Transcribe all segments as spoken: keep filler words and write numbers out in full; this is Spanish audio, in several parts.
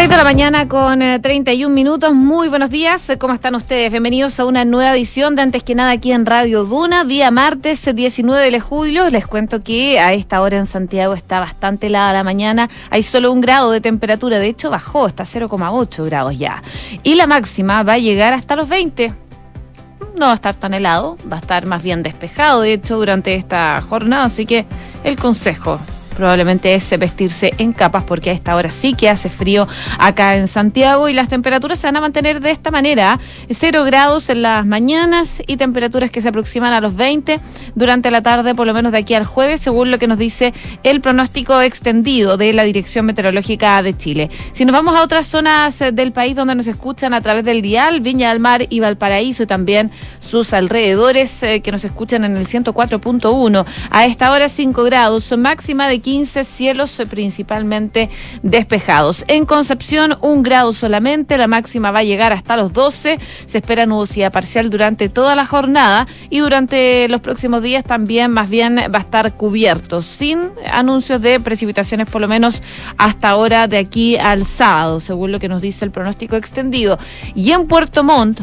seis de la mañana con eh, treinta y un minutos. Muy buenos días, ¿cómo están ustedes? Bienvenidos a una nueva edición de Antes que Nada aquí en Radio Duna, día martes diecinueve de julio. Les cuento que a esta hora en Santiago está bastante helada la mañana, hay solo un grado de temperatura, de hecho bajó, está cero coma ocho grados ya. Y la máxima va a llegar hasta los veinte. No va a estar tan helado, va a estar más bien despejado, de hecho, durante esta jornada, así que el consejo probablemente es vestirse en capas, porque a esta hora sí que hace frío acá en Santiago y las temperaturas se van a mantener de esta manera: cero grados en las mañanas y temperaturas que se aproximan a los veinte durante la tarde, por lo menos de aquí al jueves, según lo que nos dice el pronóstico extendido de la Dirección Meteorológica de Chile. Si nos vamos a otras zonas del país donde nos escuchan a través del dial, Viña del Mar y Valparaíso y también sus alrededores, eh, que nos escuchan en el ciento cuatro punto uno, a esta hora cinco grados, máxima de quince, cielos principalmente despejados. En Concepción, un grado solamente, la máxima va a llegar hasta los doce, se espera nubosidad parcial durante toda la jornada y durante los próximos días también más bien va a estar cubierto, sin anuncios de precipitaciones por lo menos hasta ahora de aquí al sábado, según lo que nos dice el pronóstico extendido. Y en Puerto Montt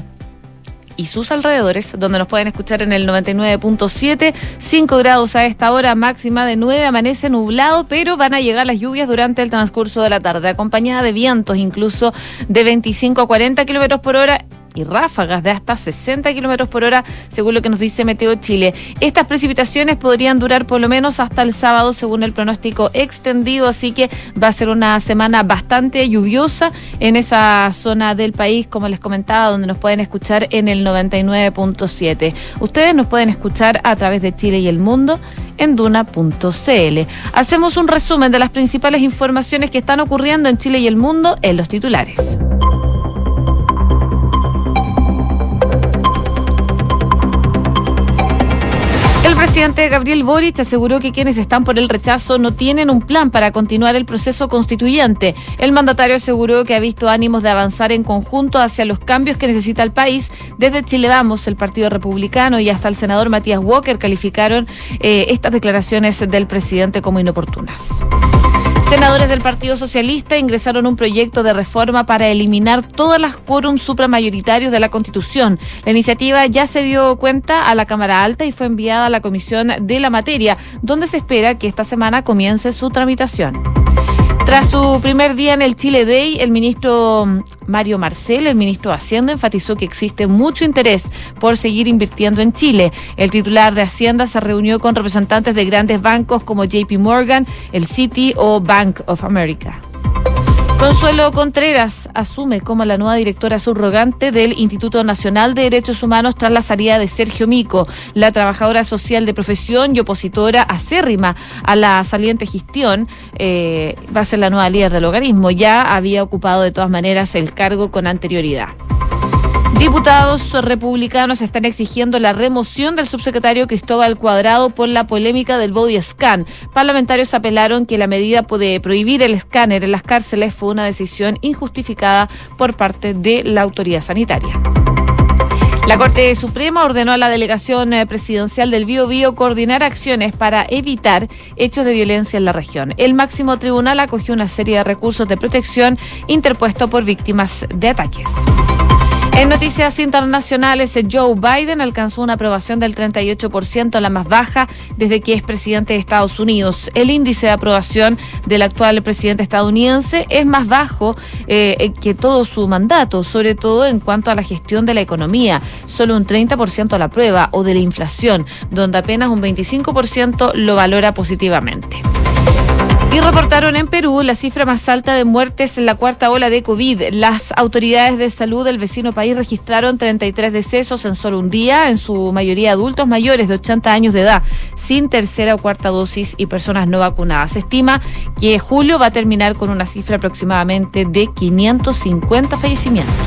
y sus alrededores, donde nos pueden escuchar en el noventa y nueve punto siete, cinco grados a esta hora, máxima de nueve, amanece nublado, pero van a llegar las lluvias durante el transcurso de la tarde, acompañada de vientos incluso de veinticinco a cuarenta kilómetros por hora y ráfagas de hasta sesenta kilómetros por hora, según lo que nos dice Meteo Chile. Estas precipitaciones podrían durar por lo menos hasta el sábado, según el pronóstico extendido, así que va a ser una semana bastante lluviosa en esa zona del país, como les comentaba, donde nos pueden escuchar en el noventa y nueve punto siete. Ustedes nos pueden escuchar a través de Chile y el mundo en duna punto c l. Hacemos un resumen de las principales informaciones que están ocurriendo en Chile y el mundo en los titulares. El presidente Gabriel Boric aseguró que quienes están por el rechazo no tienen un plan para continuar el proceso constituyente. El mandatario aseguró que ha visto ánimos de avanzar en conjunto hacia los cambios que necesita el país. Desde Chile Vamos, el Partido Republicano y hasta el senador Matías Walker calificaron eh, estas declaraciones del presidente como inoportunas. Senadores del Partido Socialista ingresaron un proyecto de reforma para eliminar todas las quórums supramayoritarios de la Constitución. La iniciativa ya se dio cuenta a la Cámara Alta y fue enviada a la Comisión de la Materia, donde se espera que esta semana comience su tramitación. Tras su primer día en el Chile Day, el ministro Mario Marcel, el ministro de Hacienda, enfatizó que existe mucho interés por seguir invirtiendo en Chile. El titular de Hacienda se reunió con representantes de grandes bancos como J P Morgan, el Citi o Bank of America. Consuelo Contreras asume como la nueva directora subrogante del Instituto Nacional de Derechos Humanos tras la salida de Sergio Mico. La trabajadora social de profesión y opositora acérrima a la saliente gestión eh, va a ser la nueva líder del organismo. Ya había ocupado de todas maneras el cargo con anterioridad. Diputados republicanos están exigiendo la remoción del subsecretario Cristóbal Cuadrado por la polémica del body scan. Parlamentarios apelaron que la medida de prohibir el escáner en las cárceles fue una decisión injustificada por parte de la autoridad sanitaria. La Corte Suprema ordenó a la delegación presidencial del Biobío coordinar acciones para evitar hechos de violencia en la región. El máximo tribunal acogió una serie de recursos de protección interpuestos por víctimas de ataques. En noticias internacionales, Joe Biden alcanzó una aprobación del treinta y ocho por ciento, la más baja desde que es presidente de Estados Unidos. El índice de aprobación del actual presidente estadounidense es más bajo eh, que todo su mandato, sobre todo en cuanto a la gestión de la economía. Solo un treinta por ciento la aprueba, o de la inflación, donde apenas un veinticinco por ciento lo valora positivamente. Y reportaron en Perú la cifra más alta de muertes en la cuarta ola de COVID. Las autoridades de salud del vecino país registraron treinta y tres decesos en solo un día, en su mayoría adultos mayores de ochenta años de edad, sin tercera o cuarta dosis y personas no vacunadas. Se estima que julio va a terminar con una cifra aproximadamente de quinientos cincuenta fallecimientos.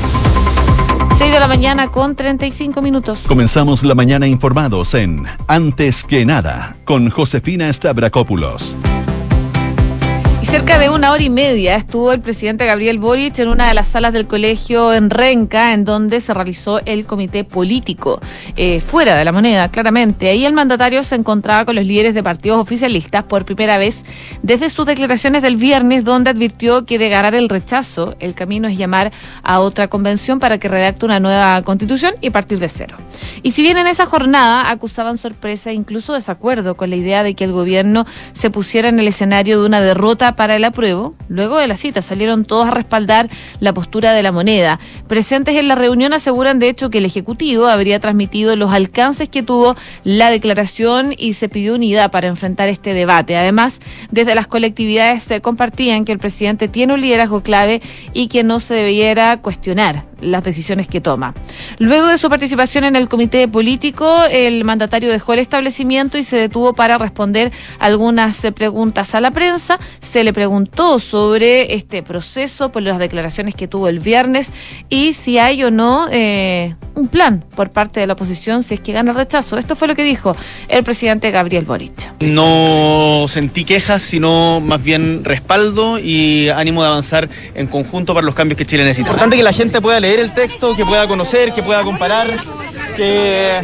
seis de la mañana con treinta y cinco minutos. Comenzamos la mañana informados en Antes que Nada, con Josefina Stavrakopoulos. Y cerca de una hora y media estuvo el presidente Gabriel Boric en una de las salas del colegio en Renca, en donde se realizó el comité político, eh, fuera de la moneda, claramente. Ahí el mandatario se encontraba con los líderes de partidos oficialistas por primera vez desde sus declaraciones del viernes, donde advirtió que de ganar el rechazo, el camino es llamar a otra convención para que redacte una nueva constitución y partir de cero. Y si bien en esa jornada acusaban sorpresa e incluso desacuerdo con la idea de que el gobierno se pusiera en el escenario de una derrota para el apruebo, luego de la cita salieron todos a respaldar la postura de la moneda. Presentes en la reunión aseguran de hecho que el Ejecutivo habría transmitido los alcances que tuvo la declaración y se pidió unidad para enfrentar este debate. Además, desde las colectividades se compartían que el presidente tiene un liderazgo clave y que no se debiera cuestionar las decisiones que toma. Luego de su participación en el comité político, el mandatario dejó el establecimiento y se detuvo para responder algunas preguntas a la prensa. Se le preguntó sobre este proceso por las declaraciones que tuvo el viernes y si hay o no eh, un plan por parte de la oposición si es que gana el rechazo. Esto fue lo que dijo el presidente Gabriel Boric. No sentí quejas, sino más bien respaldo y ánimo de avanzar en conjunto para los cambios que Chile necesita. Es importante que la gente pueda leer el texto, que pueda conocer, que pueda comparar, que,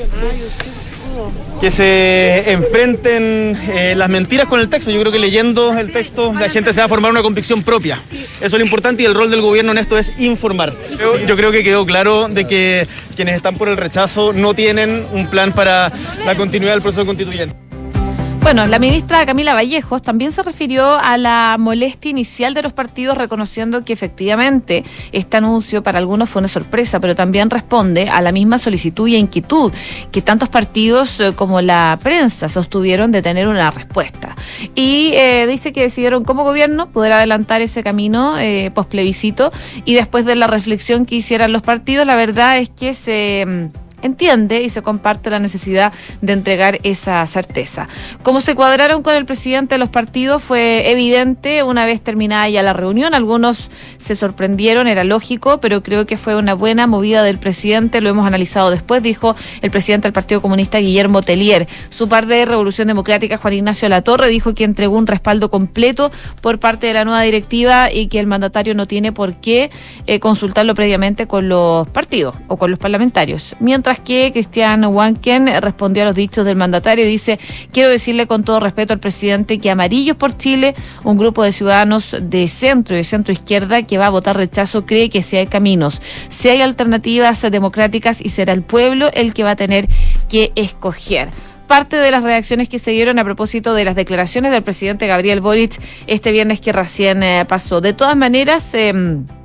que se enfrenten eh, las mentiras con el texto. Yo creo que leyendo el texto la gente se va a formar una convicción propia. Eso es lo importante y el rol del gobierno en esto es informar. Yo, yo creo que quedó claro de que quienes están por el rechazo no tienen un plan para la continuidad del proceso constituyente. Bueno, la ministra Camila Vallejos también se refirió a la molestia inicial de los partidos, reconociendo que efectivamente este anuncio para algunos fue una sorpresa, pero también responde a la misma solicitud y inquietud que tantos partidos eh, como la prensa sostuvieron de tener una respuesta. Y eh, dice que decidieron como gobierno poder adelantar ese camino eh, posplebiscito y después de la reflexión que hicieran los partidos, la verdad es que se entiende y se comparte la necesidad de entregar esa certeza. Como se cuadraron con el presidente de los partidos fue evidente una vez terminada ya la reunión. Algunos se sorprendieron, era lógico, pero creo que fue una buena movida del presidente, lo hemos analizado después, dijo el presidente del Partido Comunista Guillermo Tellier. Su par de Revolución Democrática, Juan Ignacio Latorre, dijo que entregó un respaldo completo por parte de la nueva directiva y que el mandatario no tiene por qué eh, consultarlo previamente con los partidos o con los parlamentarios. Mientras que Cristian Wanken respondió a los dichos del mandatario y dice: quiero decirle con todo respeto al presidente que Amarillos por Chile, un grupo de ciudadanos de centro y de centro izquierda que va a votar rechazo, cree que si hay caminos, si hay alternativas democráticas y será el pueblo el que va a tener que escoger. Parte de las reacciones que se dieron a propósito de las declaraciones del presidente Gabriel Boric este viernes que recién eh, pasó. De todas maneras, eh,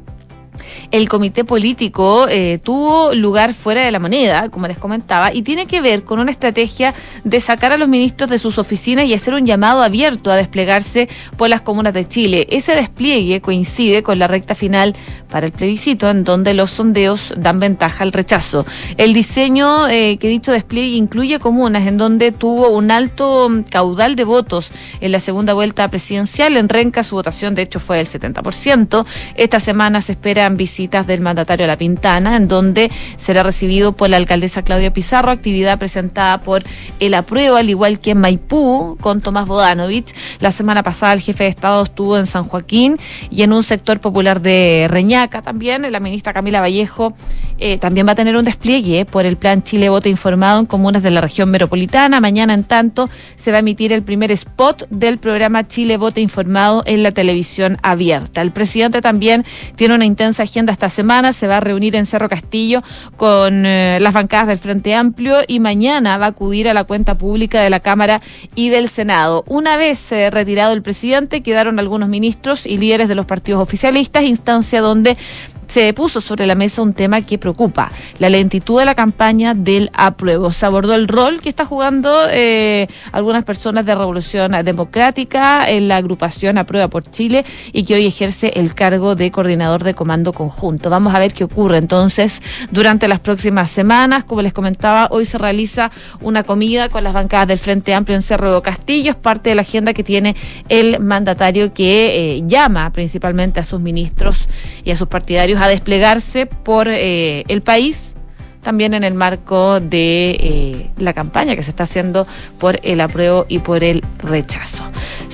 el comité político eh, tuvo lugar fuera de la moneda, como les comentaba, y tiene que ver con una estrategia de sacar a los ministros de sus oficinas y hacer un llamado abierto a desplegarse por las comunas de Chile. Ese despliegue coincide con la recta final para el plebiscito, en donde los sondeos dan ventaja al rechazo. El diseño eh, que dicho despliegue incluye comunas en donde tuvo un alto caudal de votos en la segunda vuelta presidencial. En Renca su votación de hecho fue del setenta por ciento. Esta semana se esperan visitas del mandatario a La Pintana, en donde será recibido por la alcaldesa Claudia Pizarro, actividad presentada por el Apruebo, al igual que en Maipú, con Tomás Bodanovich. La semana pasada el jefe de Estado estuvo en San Joaquín y en un sector popular de Reñaca también. La ministra Camila Vallejo eh, también va a tener un despliegue por el plan Chile Voto Informado en comunas de la región metropolitana. Mañana, en tanto, se va a emitir el primer spot del programa Chile Voto Informado en la televisión abierta. El presidente también tiene una intensa agenda esta semana, se va a reunir en Cerro Castillo con eh, las bancadas del Frente Amplio y mañana va a acudir a la cuenta pública de la Cámara y del Senado. Una vez eh, retirado el presidente, quedaron algunos ministros y líderes de los partidos oficialistas, instancia donde se puso sobre la mesa un tema que preocupa: la lentitud de la campaña del apruebo. Se abordó el rol que está jugando eh, algunas personas de Revolución Democrática en la agrupación Aprueba por Chile y que hoy ejerce el cargo de coordinador de comando conjunto. Vamos a ver qué ocurre entonces durante las próximas semanas. Como les comentaba, hoy se realiza una comida con las bancadas del Frente Amplio en Cerro Castillo. Es parte de la agenda que tiene el mandatario, que eh, llama principalmente a sus ministros y a sus partidarios a desplegarse por eh, el país, también en el marco de eh, la campaña que se está haciendo por el apruebo y por el rechazo.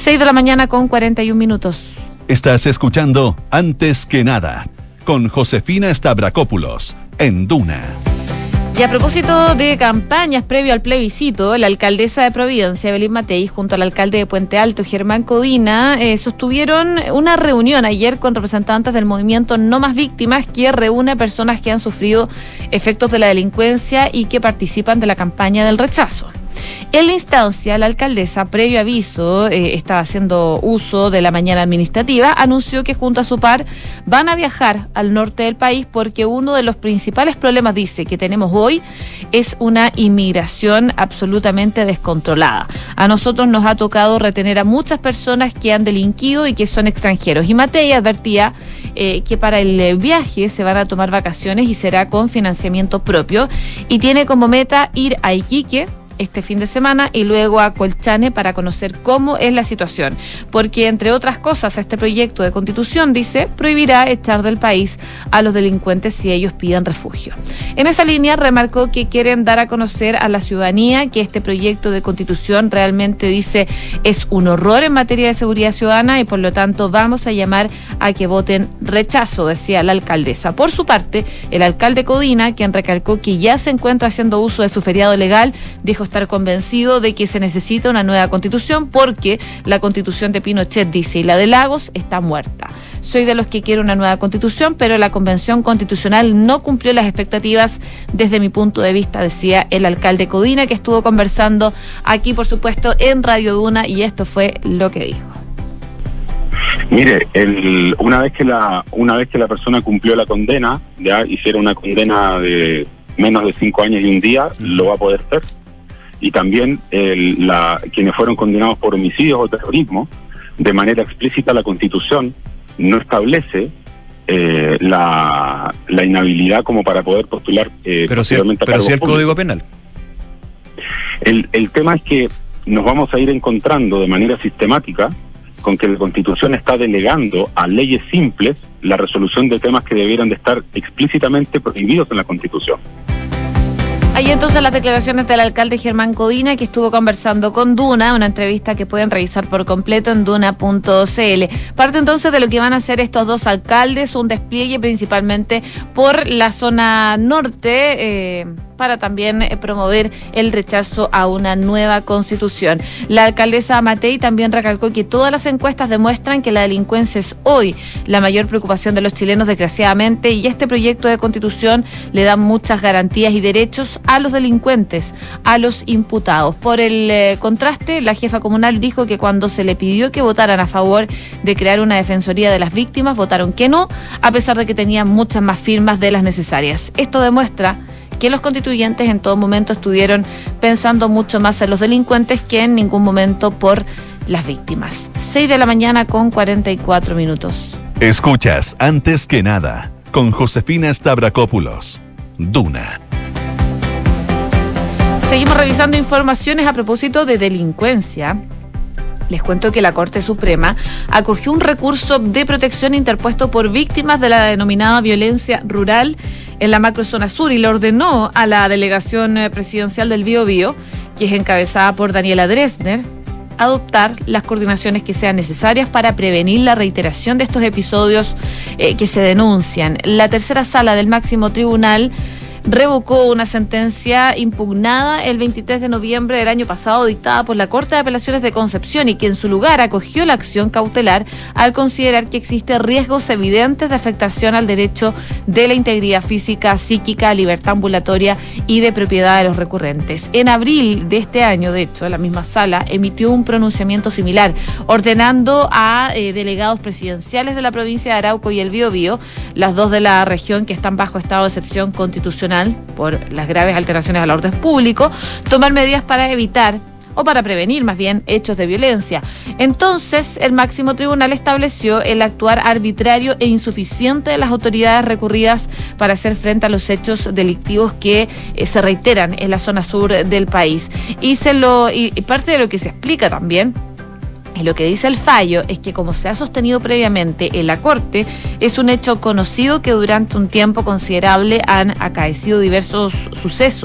seis de la mañana con cuarenta y un minutos. Estás escuchando Antes que Nada con Josefina Stavrakopoulos en Duna. Y a propósito de campañas previo al plebiscito, la alcaldesa de Providencia, Evelyn Matei, junto al alcalde de Puente Alto, Germán Codina, eh, sostuvieron una reunión ayer con representantes del movimiento No Más Víctimas, que reúne a personas que han sufrido efectos de la delincuencia y que participan de la campaña del rechazo. En la instancia, la alcaldesa, previo aviso, eh, estaba haciendo uso de la mañana administrativa, anunció que junto a su par van a viajar al norte del país porque uno de los principales problemas, dice, que tenemos hoy es una inmigración absolutamente descontrolada. A nosotros nos ha tocado retener a muchas personas que han delinquido y que son extranjeros. Y Matei advertía eh, que para el viaje se van a tomar vacaciones y será con financiamiento propio y tiene como meta ir a Iquique este fin de semana y luego a Colchane para conocer cómo es la situación, porque entre otras cosas este proyecto de constitución, dice, prohibirá echar del país a los delincuentes si ellos pidan refugio. En esa línea remarcó que quieren dar a conocer a la ciudadanía que este proyecto de constitución realmente, dice, es un horror en materia de seguridad ciudadana y por lo tanto vamos a llamar a que voten rechazo, decía la alcaldesa. Por su parte, el alcalde Codina, quien recalcó que ya se encuentra haciendo uso de su feriado legal, dijo estar convencido de que se necesita una nueva constitución porque la constitución de Pinochet, dice, y la de Lagos está muerta. Soy de los que quiero una nueva constitución, pero la convención constitucional no cumplió las expectativas desde mi punto de vista, decía el alcalde Codina, que estuvo conversando aquí, por supuesto, en Radio Duna, y esto fue lo que dijo. Mire, el, una vez que la una vez que la persona cumplió la condena, ya hiciera una condena de menos de cinco años y un día, lo va a poder hacer. Y también el, la, quienes fueron condenados por homicidios o terrorismo, de manera explícita la Constitución no establece eh, la, la inhabilidad como para poder postular eh, pero si, pero si el Código Penal. El, el tema es que nos vamos a ir encontrando de manera sistemática con que la Constitución está delegando a leyes simples la resolución de temas que debieran de estar explícitamente prohibidos en la Constitución. Ahí entonces las declaraciones del alcalde Germán Codina, que estuvo conversando con Duna, una entrevista que pueden revisar por completo en duna punto c l. Parte entonces de lo que van a hacer estos dos alcaldes, un despliegue principalmente por la zona norte, eh, para también eh, promover el rechazo a una nueva constitución. La alcaldesa Matei también recalcó que todas las encuestas demuestran que la delincuencia es hoy la mayor preocupación de los chilenos, desgraciadamente, y este proyecto de constitución le da muchas garantías y derechos a los delincuentes, a los imputados. Por el eh, contraste, la jefa comunal dijo que cuando se le pidió que votaran a favor de crear una defensoría de las víctimas, votaron que no, a pesar de que tenían muchas más firmas de las necesarias. Esto demuestra que los constituyentes en todo momento estuvieron pensando mucho más en los delincuentes que en ningún momento por las víctimas. seis de la mañana con cuarenta y cuatro minutos. Escuchas Antes que Nada con Josefina Stavrakopoulos, Duna. Seguimos revisando informaciones a propósito de delincuencia. Les cuento que la Corte Suprema acogió un recurso de protección interpuesto por víctimas de la denominada violencia rural en la macrozona sur y le ordenó a la delegación presidencial del Biobío, que es encabezada por Daniela Dresner, adoptar las coordinaciones que sean necesarias para prevenir la reiteración de estos episodios eh, que se denuncian. La tercera sala del máximo tribunal revocó una sentencia impugnada el veintitrés de noviembre del año pasado dictada por la Corte de Apelaciones de Concepción y que en su lugar acogió la acción cautelar al considerar que existe riesgos evidentes de afectación al derecho de la integridad física, psíquica, libertad ambulatoria y de propiedad de los recurrentes. En abril de este año, de hecho, la misma sala emitió un pronunciamiento similar ordenando a eh, delegados presidenciales de la provincia de Arauco y el Biobío, las dos de la región que están bajo estado de excepción constitucional por las graves alteraciones al orden público, tomar medidas para evitar o para prevenir más bien hechos de violencia. Entonces, el máximo tribunal estableció el actuar arbitrario e insuficiente de las autoridades recurridas para hacer frente a los hechos delictivos que eh, se reiteran en la zona sur del país. Y, se lo, y, y parte de lo que se explica también, y lo que dice el fallo es que, como se ha sostenido previamente en la Corte, es un hecho conocido que durante un tiempo considerable han acaecido diversos sucesos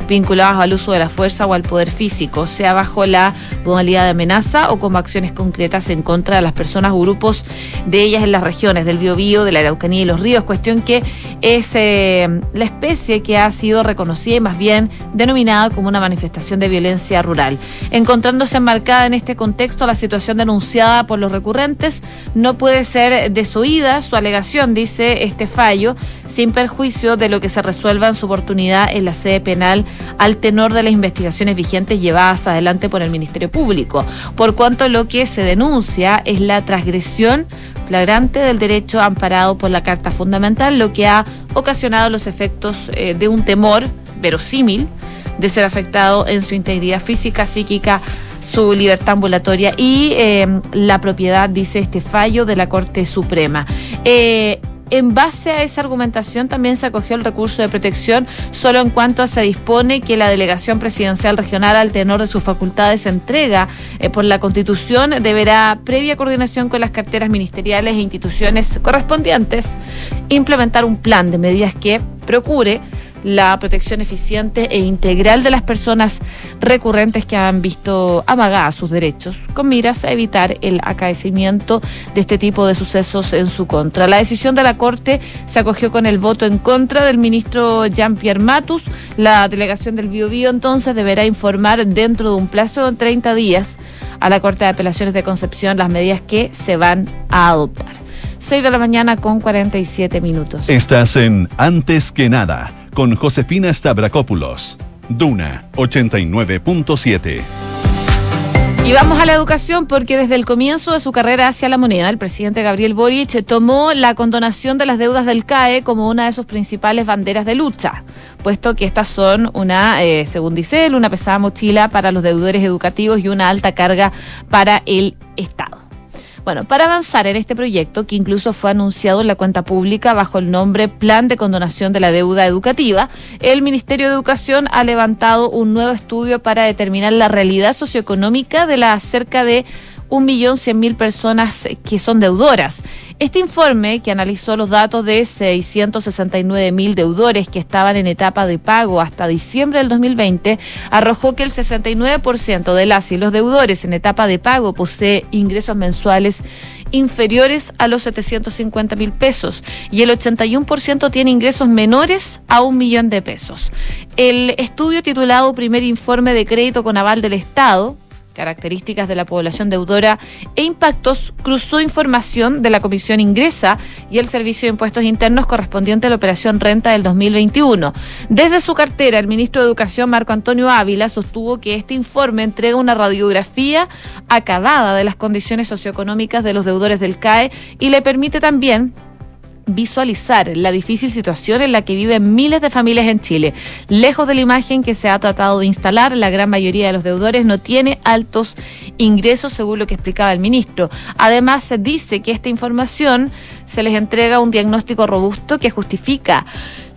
vinculadas al uso de la fuerza o al poder físico, sea bajo la modalidad de amenaza o como acciones concretas en contra de las personas o grupos de ellas en las regiones del Biobío, de la Araucanía y los ríos, cuestión que es eh, la especie que ha sido reconocida y más bien denominada como una manifestación de violencia rural. Encontrándose enmarcada en este contexto, la situación denunciada por los recurrentes no puede ser desoída su alegación, dice este fallo, sin perjuicio de lo que se resuelva en su oportunidad en la sede penal al tenor de las investigaciones vigentes llevadas adelante por el Ministerio Público, por cuanto lo que se denuncia es la transgresión flagrante del derecho amparado por la Carta Fundamental, lo que ha ocasionado los efectos eh, de un temor verosímil de ser afectado en su integridad física, psíquica, su libertad ambulatoria y eh, la propiedad, dice este fallo de la Corte Suprema. Eh, En base a esa argumentación también se acogió el recurso de protección solo en cuanto se dispone que la delegación presidencial regional al tenor de sus facultades entrega eh, por la Constitución deberá, previa coordinación con las carteras ministeriales e instituciones correspondientes, implementar un plan de medidas que procure la protección eficiente e integral de las personas recurrentes que han visto amagadas sus derechos, con miras a evitar el acaecimiento de este tipo de sucesos en su contra. La decisión de la Corte se acogió con el voto en contra del ministro Jean-Pierre Matus. La delegación del Biobío entonces deberá informar dentro de un plazo de treinta días a la Corte de Apelaciones de Concepción las medidas que se van a adoptar. seis de la mañana con cuarenta y siete minutos. Estás en Antes que Nada, con Josefina Stavrakopoulos. Duna ochenta y nueve punto siete. Y vamos a la educación porque desde el comienzo de su carrera hacia la moneda, el presidente Gabriel Boric tomó la condonación de las deudas del C A E como una de sus principales banderas de lucha, puesto que estas son una, eh, según dice él, una pesada mochila para los deudores educativos y una alta carga para el Estado. Bueno, para avanzar en este proyecto, que incluso fue anunciado en la cuenta pública bajo el nombre Plan de Condonación de la Deuda Educativa, el Ministerio de Educación ha levantado un nuevo estudio para determinar la realidad socioeconómica de las cerca de un millón cien mil personas que son deudoras. Este informe, que analizó los datos de seiscientos sesenta y nueve mil deudores que estaban en etapa de pago hasta diciembre del dos mil veinte, arrojó que el sesenta y nueve por ciento de las y los deudores en etapa de pago posee ingresos mensuales inferiores a los setecientos cincuenta mil pesos y el ochenta y uno por ciento tiene ingresos menores a un millón de pesos. El estudio titulado Primer Informe de Crédito con Aval del Estado, características de la población deudora e impactos, cruzó información de la Comisión Ingresa y el Servicio de Impuestos Internos correspondiente a la Operación Renta del dos mil veintiuno. Desde su cartera, el ministro de Educación, Marco Antonio Ávila, sostuvo que este informe entrega una radiografía acabada de las condiciones socioeconómicas de los deudores del C A E y le permite también visualizar la difícil situación en la que viven miles de familias en Chile. Lejos de la imagen que se ha tratado de instalar, la gran mayoría de los deudores no tiene altos ingresos, según lo que explicaba el ministro. Además, se dice que esta información se les entrega un diagnóstico robusto que justifica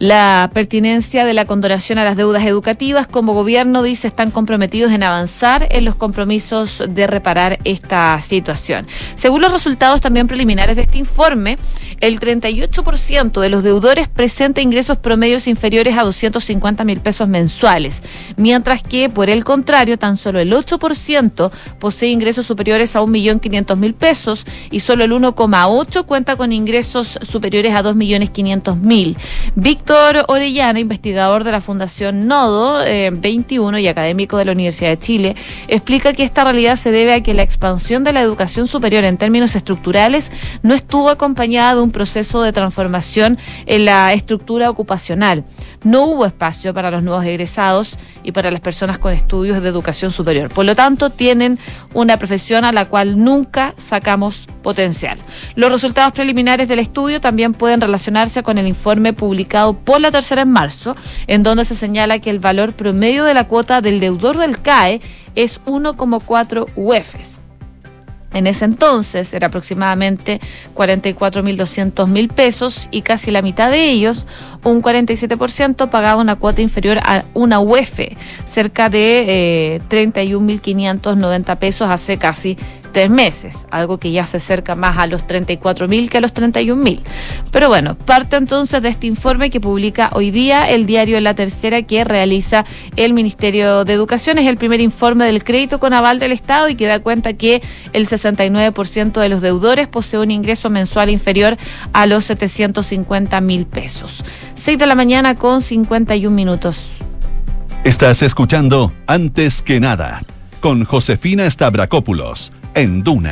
la pertinencia de la condonación a las deudas educativas. Como gobierno, dice, están comprometidos en avanzar en los compromisos de reparar esta situación. Según los resultados también preliminares de este informe, el treinta y ocho por ciento de los deudores presenta ingresos promedios inferiores a doscientos cincuenta mil pesos mensuales, mientras que, por el contrario, tan solo el ocho por ciento posee ingresos superiores a un millón quinientos mil pesos y solo el uno coma ocho por ciento cuenta con ingresos superiores a dos millones quinientos mil. Víctor Orellana, investigador de la Fundación Nodo eh, veintiuno y académico de la Universidad de Chile, explica que esta realidad se debe a que la expansión de la educación superior en términos estructurales no estuvo acompañada de un proceso de transformación en la estructura ocupacional. No hubo espacio para los nuevos egresados y para las personas con estudios de educación superior. Por lo tanto, tienen una profesión a la cual nunca sacamos potencial. Los resultados preliminares del estudio también pueden relacionarse con el informe publicado por La Tercera en marzo, en donde se señala que el valor promedio de la cuota del deudor del C A E es uno coma cuatro U E F s. En ese entonces era aproximadamente cuarenta y cuatro mil doscientos mil pesos y casi la mitad de ellos, un cuarenta y siete por ciento pagaba una cuota inferior a una U E F, cerca de eh, treinta y un mil quinientos noventa pesos hace casi tres meses, algo que ya se acerca más a los treinta y cuatro mil que a los treinta y un mil. Pero bueno, parte entonces de este informe que publica hoy día el diario La Tercera, que realiza el Ministerio de Educación. Es el primer informe del crédito con aval del Estado y que da cuenta que el sesenta y nueve por ciento de los deudores posee un ingreso mensual inferior a los setecientos cincuenta mil pesos. seis de la mañana con cincuenta y un minutos. Estás escuchando Antes que Nada con Josefina Stavrakopoulos en Duna.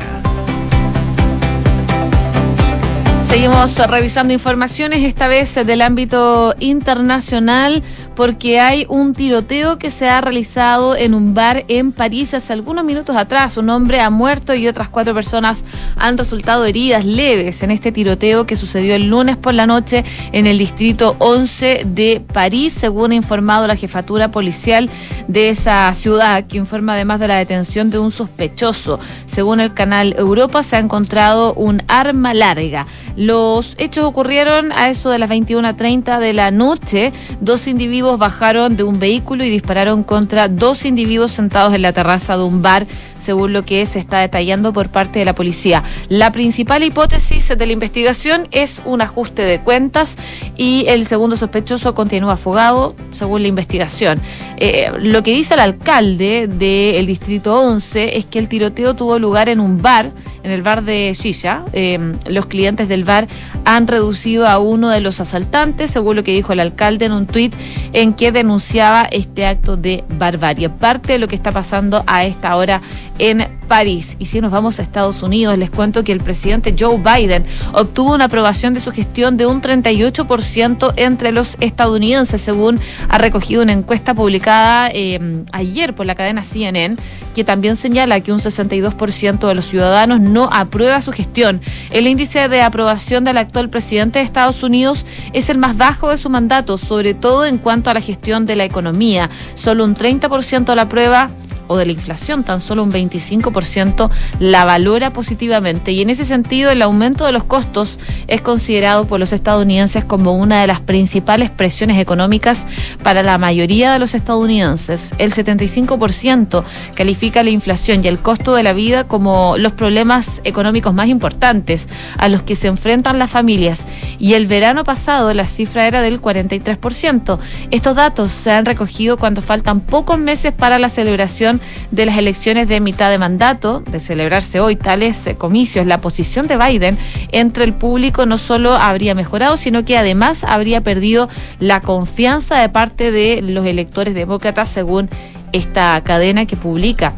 Seguimos revisando informaciones, esta vez del ámbito internacional, porque hay un tiroteo que se ha realizado en un bar en París hace algunos minutos atrás. Un hombre ha muerto y otras cuatro personas han resultado heridas leves en este tiroteo que sucedió el lunes por la noche en el distrito once de París, según ha informado la jefatura policial de esa ciudad, que informa además de la detención de un sospechoso. Según el canal Europa, se ha encontrado un arma larga. Los hechos ocurrieron a eso de las veintiuna treinta de la noche. Dos individuos bajaron de un vehículo y dispararon contra dos individuos sentados en la terraza de un bar, según lo que se está detallando por parte de la policía. La principal hipótesis de la investigación es un ajuste de cuentas y el segundo sospechoso continúa fugado, según la investigación. Eh, lo que dice el alcalde del distrito once es que el tiroteo tuvo lugar en un bar, en el bar de Shisha. Eh, los clientes del bar han reducido a uno de los asaltantes, según lo que dijo el alcalde en un tuit en que denunciaba este acto de barbarie. Parte de lo que está pasando a esta hora en París. Y si nos vamos a Estados Unidos, les cuento que el presidente Joe Biden obtuvo una aprobación de su gestión de un treinta y ocho por ciento entre los estadounidenses, según ha recogido una encuesta publicada eh, ayer por la cadena C N N, que también señala que un sesenta y dos por ciento de los ciudadanos no aprueba su gestión. El índice de aprobación del actual presidente de Estados Unidos es el más bajo de su mandato, sobre todo en cuanto a la gestión de la economía. Solo un treinta por ciento la aprueba, o de la inflación, tan solo un veinticinco por ciento la valora positivamente. Y en ese sentido, el aumento de los costos es considerado por los estadounidenses como una de las principales presiones económicas para la mayoría de los estadounidenses. El setenta y cinco por ciento califica la inflación y el costo de la vida como los problemas económicos más importantes a los que se enfrentan las familias. Y el verano pasado la cifra era del cuarenta y tres por ciento. Estos datos se han recogido cuando faltan pocos meses para la celebración de las elecciones de mitad de mandato. De celebrarse hoy tales comicios, la posición de Biden entre el público no solo habría mejorado, sino que además habría perdido la confianza de parte de los electores demócratas, según esta cadena que publica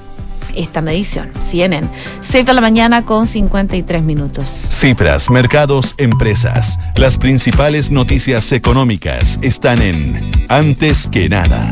esta medición, C N N. seis de la mañana con cincuenta y tres minutos. Cifras, mercados, empresas. Las principales noticias económicas están en Antes que Nada.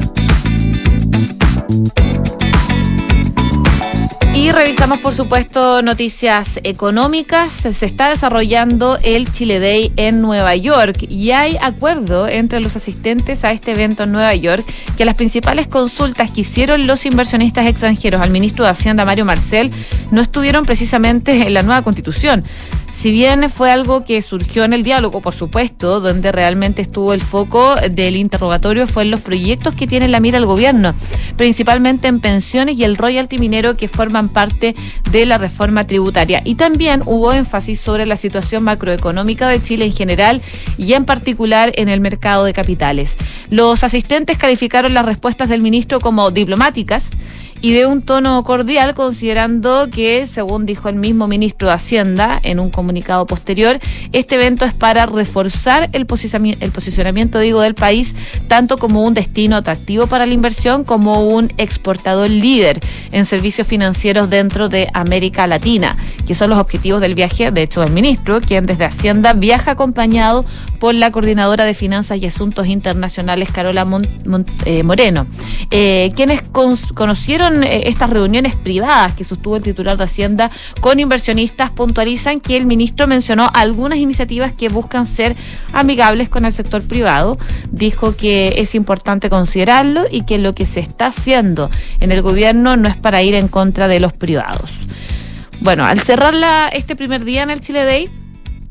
Y revisamos, por supuesto, noticias económicas. Se está desarrollando el Chile Day en Nueva York y hay acuerdo entre los asistentes a este evento en Nueva York que las principales consultas que hicieron los inversionistas extranjeros al ministro de Hacienda, Mario Marcel, no estuvieron precisamente en la nueva Constitución. Si bien fue algo que surgió en el diálogo, por supuesto, donde realmente estuvo el foco del interrogatorio fue en los proyectos que tiene en la mira el gobierno, principalmente en pensiones y el royalty minero, que forman parte de la reforma tributaria. Y también hubo énfasis sobre la situación macroeconómica de Chile en general y en particular en el mercado de capitales. Los asistentes calificaron las respuestas del ministro como diplomáticas y de un tono cordial, considerando que, según dijo el mismo ministro de Hacienda en un comunicado posterior, este evento es para reforzar el posicionamiento, el posicionamiento digo, del país, tanto como un destino atractivo para la inversión, como un exportador líder en servicios financieros dentro de América Latina, que son los objetivos del viaje, de hecho, del ministro, quien desde Hacienda viaja acompañado por la coordinadora de Finanzas y Asuntos Internacionales, Carola Mon, Mon, eh, Moreno, eh, quienes con, conocieron estas reuniones privadas que sostuvo el titular de Hacienda con inversionistas. Puntualizan que el ministro mencionó algunas iniciativas que buscan ser amigables con el sector privado. Dijo que es importante considerarlo y que lo que se está haciendo en el gobierno no es para ir en contra de los privados. Bueno, al cerrar la, este primer día en el Chile Day,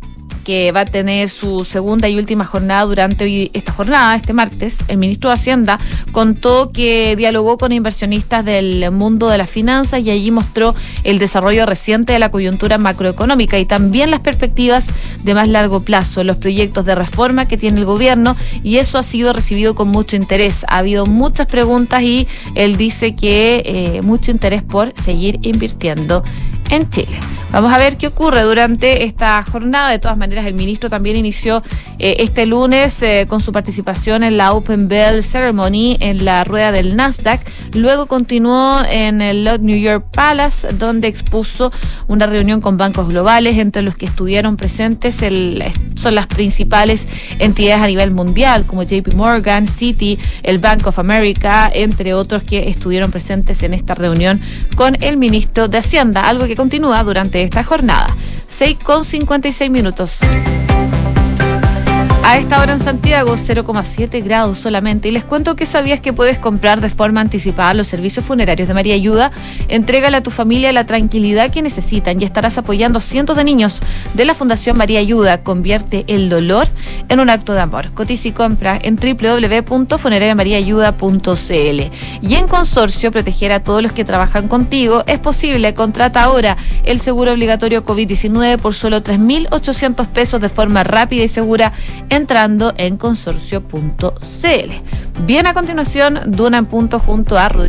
que va a tener su segunda y última jornada durante hoy, esta jornada, este martes. El ministro de Hacienda contó que dialogó con inversionistas del mundo de las finanzas y allí mostró el desarrollo reciente de la coyuntura macroeconómica y también las perspectivas de más largo plazo, los proyectos de reforma que tiene el gobierno, y eso ha sido recibido con mucho interés. Ha habido muchas preguntas y él dice que eh, mucho interés por seguir invirtiendo en Chile. Vamos a ver qué ocurre durante esta jornada. De todas maneras, el ministro también inició eh, este lunes eh, con su participación en la Open Bell Ceremony en la rueda del Nasdaq. Luego continuó en el Lotte New York Palace, donde expuso una reunión con bancos globales, entre los que estuvieron presentes el, son las principales entidades a nivel mundial, como J P Morgan, Citi, el Bank of America, entre otros que estuvieron presentes en esta reunión con el ministro de Hacienda, algo que continúa durante esta jornada. seis con cincuenta y seis minutos. A esta hora en Santiago, cero coma siete grados solamente. Y les cuento que sabías que puedes comprar de forma anticipada los servicios funerarios de María Ayuda. Entrégale a tu familia la tranquilidad que necesitan y estarás apoyando a cientos de niños de la Fundación María Ayuda. Convierte el dolor en un acto de amor. Cotiza y compra en doble u doble u doble u punto funeraria maría ayuda punto c l. Y en Consorcio, proteger a todos los que trabajan contigo es posible. Contrata ahora el seguro obligatorio COVID diecinueve por solo tres mil ochocientos pesos de forma rápida y segura, entrando en consorcio punto c l. Bien, a continuación, Duna en Punto junto a Rodrigo.